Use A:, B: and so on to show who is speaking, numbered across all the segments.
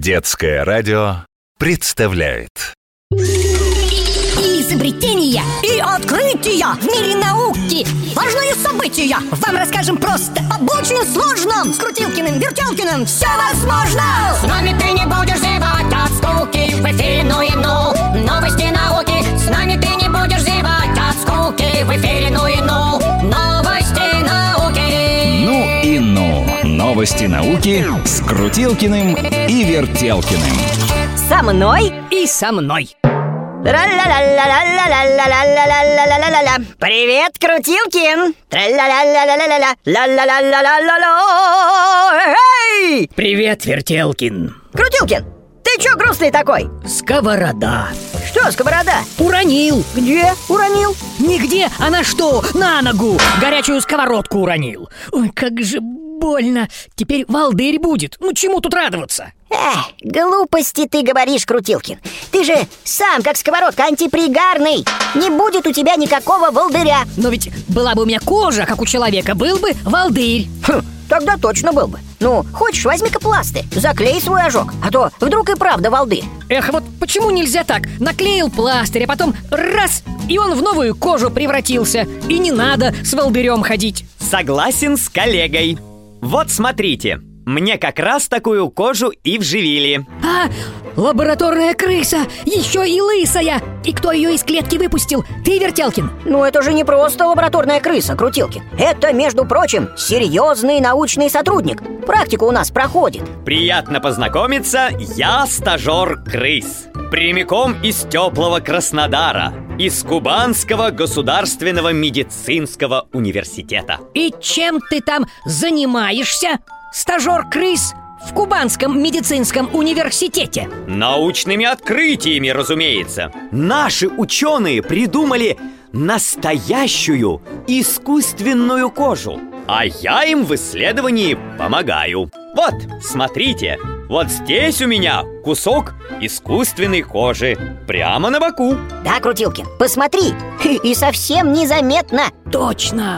A: Детское радио представляет
B: изобретения и открытия в мире науки. Важные события вам расскажем просто об очень сложном. С Крутилкиным, Вертелкиным все возможно.
C: С нами ты не будешь зевать от скуки. В эфире новости науки. С нами ты не будешь зевать от скуки. В эфире новости науки.
A: Новости науки с Крутилкиным и Вертелкиным.
B: Со мной и со мной. Привет, Крутилкин!
D: Привет, Вертелкин.
B: Крутилкин, ты чё грустный такой?
D: Сковорода.
B: Что сковорода?
D: Уронил.
B: Где уронил?
D: Нигде, а на что? На ногу. Горячую сковородку уронил. Ой, как же больно. Теперь волдырь будет. Ну чему тут радоваться?
B: Глупости ты говоришь, Крутилкин. Ты же сам, как сковородка, антипригарный. Не будет у тебя никакого волдыря.
D: Но ведь была бы у меня кожа, как у человека, был бы волдырь.
B: Тогда точно был бы. Ну, хочешь, возьми-ка пластырь, заклей свой ожог, а то вдруг и правда волдырь.
D: Эх, вот почему нельзя так? Наклеил пластырь, а потом раз, и он в новую кожу превратился. И не надо с волдырем ходить.
E: Согласен с коллегой. Вот смотрите, мне как раз такую кожу и вживили.
D: Лабораторная крыса, еще и лысая. И кто ее из клетки выпустил? Ты, Вертелкин?
B: Ну это же не просто лабораторная крыса, Крутилкин. Это, между прочим, серьезный научный сотрудник. Практику у нас проходит.
E: Приятно познакомиться, я стажер крыс. Прямиком из теплого Краснодара, из Кубанского государственного медицинского университета.
D: И чем ты там занимаешься, стажер крыс в Кубанском медицинском университете?
E: Научными открытиями, разумеется. Наши ученые придумали настоящую искусственную кожу, а я им в исследовании помогаю. Вот, смотрите, вот здесь у меня кусок искусственной кожи, прямо на боку.
B: Да, Крутилкин, посмотри, и совсем незаметно.
D: Точно!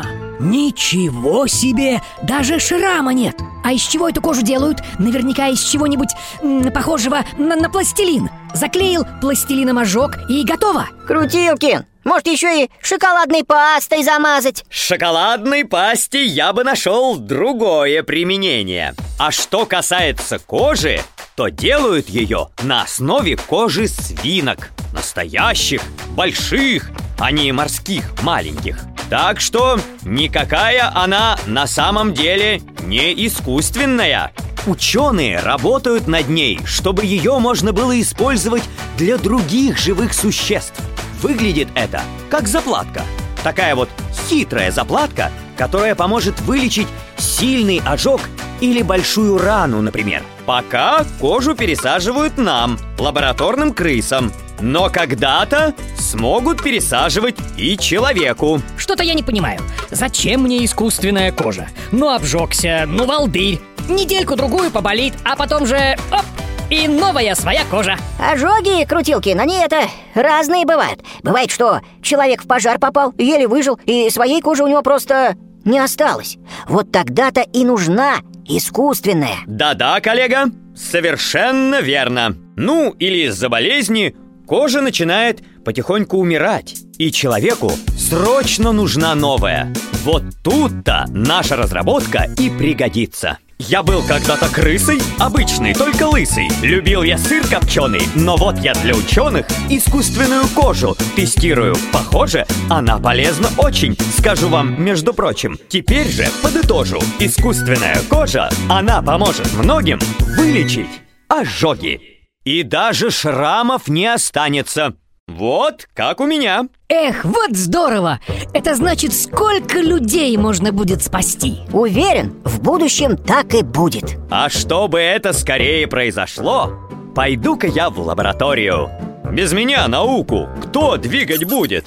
D: Ничего себе! Даже шрама нет! А из чего эту кожу делают? Наверняка из чего-нибудь похожего на пластилин. Заклеил пластилином ожог и готово.
B: Крутилкин, может еще и шоколадной пастой замазать?
E: Шоколадной пасте я бы нашел другое применение. А что касается кожи, то делают ее на основе кожи свинок. Настоящих, больших, а не морских, маленьких. Так что никакая она на самом деле не искусственная. Ученые работают над ней, чтобы ее можно было использовать для других живых существ. Выглядит это как заплатка. Такая вот хитрая заплатка, которая поможет вылечить сильный ожог или большую рану, например. Пока кожу пересаживают нам, лабораторным крысам. Но когда-то смогут пересаживать и человеку.
D: Что-то я не понимаю. Зачем мне искусственная кожа? Ну обжегся, ну волдырь. Недельку-другую поболит, а потом же оп, и новая своя кожа.
B: Ожоги, Крутилкин, они разные бывают. Бывает, что человек в пожар попал, еле выжил, и своей кожи у него просто не осталось. Вот тогда-то и нужна искусственная.
E: Да-да, коллега, совершенно верно. Ну, или из-за болезни кожа начинает потихоньку умирать, и человеку срочно нужна новая. Вот тут-то наша разработка и пригодится. Я был когда-то крысой, обычной, только лысый. Любил я сыр копченый, но вот я для ученых искусственную кожу тестирую. Похоже, она полезна очень, скажу вам, между прочим. Теперь же подытожу. Искусственная кожа, она поможет многим вылечить ожоги. И даже шрамов не останется. Вот как у меня.
D: Эх, вот здорово! Это значит, сколько людей можно будет спасти.
B: Уверен, в будущем так и будет.
E: А чтобы это скорее произошло, пойду-ка я в лабораторию. Без меня науку кто двигать будет?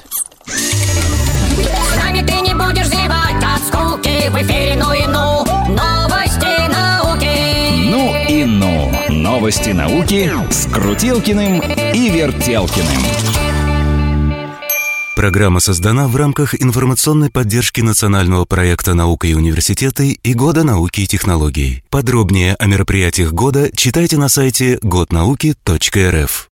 C: С нами ты не будешь зевать от скуки. В эфире новости науки.
A: Новости науки с Крутилкиным и Вертелкиным.
F: Программа создана в рамках информационной поддержки национального проекта «Наука и университеты» и Года науки и технологий. Подробнее о мероприятиях года читайте на сайте godnauki.rf.